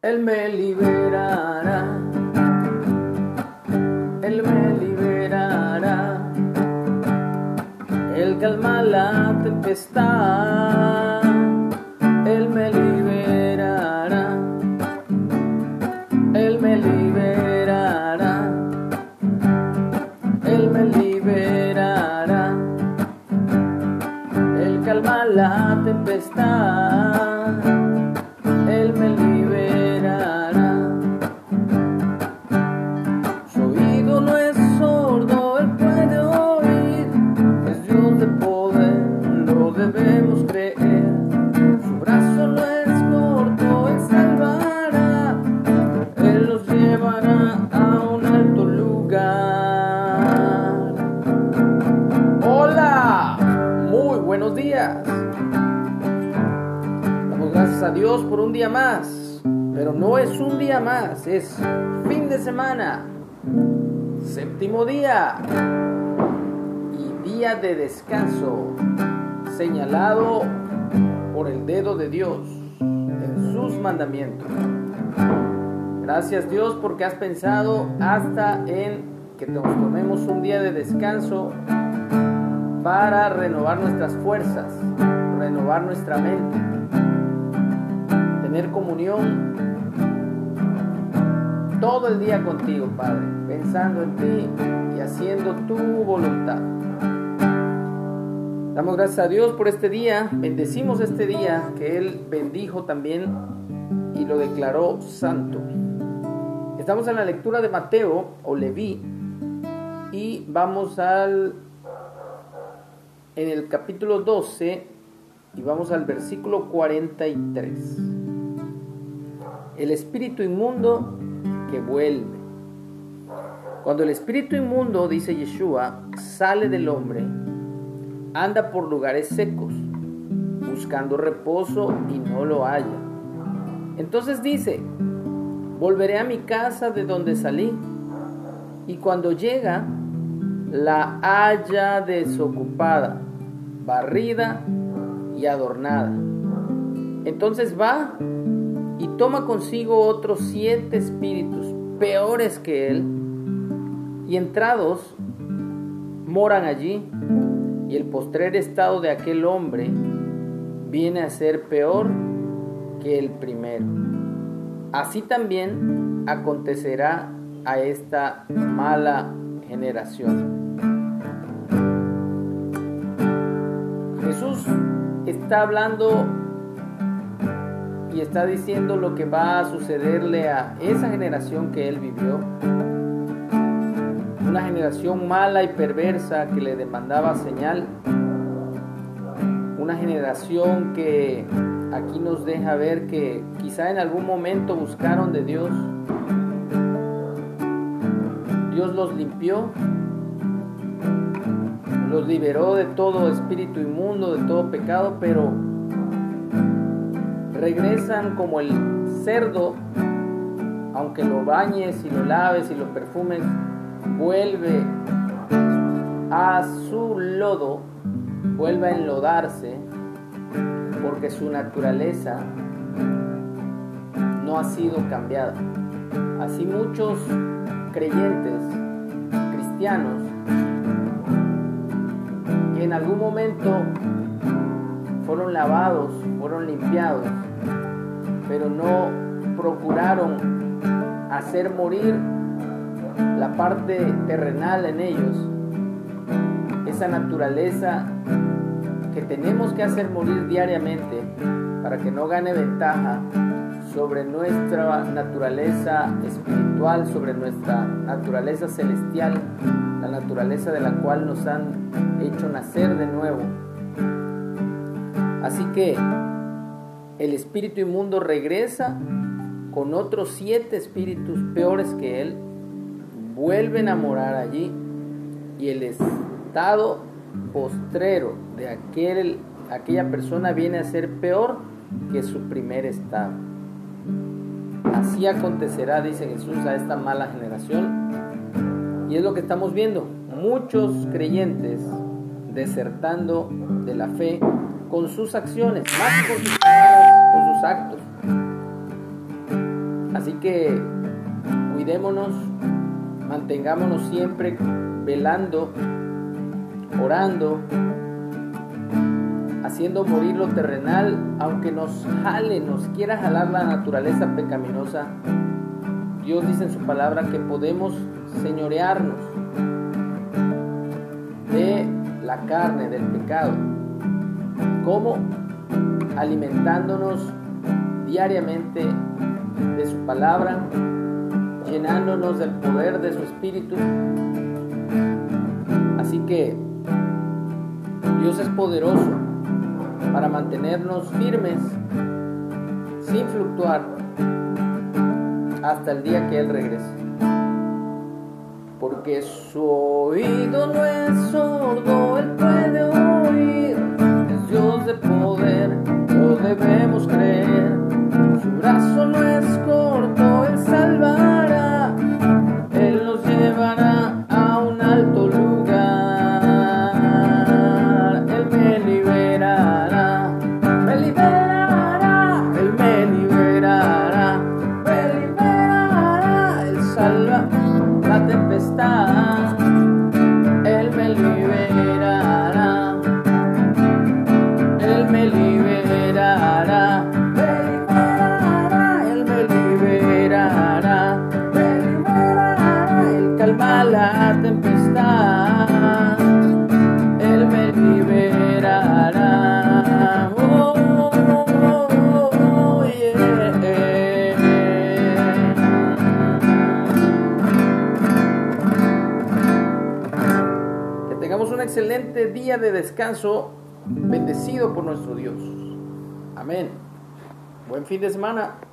Él me liberará, Él me liberará, Él calma la tempestad, Él me liberará, Él me liberará, Él me liberará, Él calma la tempestad, Él me liberará. Su oído no es sordo, Él puede oír, es Dios de poder, lo debemos creer. Su brazo no es corto, Él salvará, Él nos llevará a un alto lugar. Hola, muy buenos días. Damos gracias a Dios por un día más, pero no es un día más, es fin de semana, séptimo día y día de descanso señalado por el dedo de Dios en sus mandamientos. Gracias Dios porque has pensado hasta en que nos tomemos un día de descanso para renovar nuestras fuerzas, renovar nuestra mente, tener comunión todo el día contigo, Padre, pensando en ti y haciendo tu voluntad. Damos gracias a Dios por este día, bendecimos este día que Él bendijo también y lo declaró santo. Estamos en la lectura de Mateo o Leví y vamos en el capítulo 12 y vamos al versículo 43. El espíritu inmundo que vuelve. Cuando el espíritu inmundo, dice Yeshua, sale del hombre, anda por lugares secos, buscando reposo y no lo halla. Entonces dice: volveré a mi casa de donde salí, y cuando llega, la halla desocupada, barrida y adornada. Entonces va y toma consigo otros 7 espíritus peores que él, y entrados moran allí, y el postrer estado de aquel hombre viene a ser peor que el primero. Así también acontecerá a esta mala generación. Jesús está hablando y está diciendo lo que va a sucederle a esa generación que él vivió. Una generación mala y perversa que le demandaba señal. Una generación que aquí nos deja ver que quizá en algún momento buscaron de Dios. Dios los limpió, los liberó de todo espíritu inmundo, de todo pecado, pero regresan como el cerdo, aunque lo bañes y lo laves y lo perfumes, vuelve a su lodo, vuelve a enlodarse, porque su naturaleza no ha sido cambiada. Así muchos creyentes, cristianos, que en algún momento fueron lavados, fueron limpiados, pero no procuraron hacer morir la parte terrenal en ellos, esa naturaleza que tenemos que hacer morir diariamente para que no gane ventaja sobre nuestra naturaleza espiritual, sobre nuestra naturaleza celestial, la naturaleza de la cual nos han hecho nacer de nuevo. Así que el espíritu inmundo regresa con otros 7 espíritus peores que él, vuelven a morar allí, y el estado postrero de aquella persona viene a ser peor que su primer estado. Así acontecerá, dice Jesús, a esta mala generación. Y es lo que estamos viendo, muchos creyentes desertando de la fe con sus acciones, más con sus palabras, con sus actos. Así que cuidémonos, mantengámonos siempre velando, orando, haciendo morir lo terrenal, aunque nos quiera jalar la naturaleza pecaminosa. Dios dice en su palabra que podemos señorearnos de la carne, del pecado. ¿Cómo? Alimentándonos diariamente de su palabra, llenándonos del poder de su espíritu. Así que Dios es poderoso para mantenernos firmes sin fluctuar hasta el día que Él regrese. Porque su oído no es sordo, Él puede oír, es Dios de poder, lo debemos creer. Su brazo no es corto, Él salvará, Él nos llevará a un alto lugar. Él me liberará, me liberará, Él me liberará, me liberará. Él salva la tempestad, Él me liberará, Él me liberará, Él me liberará, Él calma la tempestad, Él me liberará. Oh, oh, oh, yeah. Que tengamos un excelente día de descanso, bendecido por nuestro Dios. Amén. Buen fin de semana.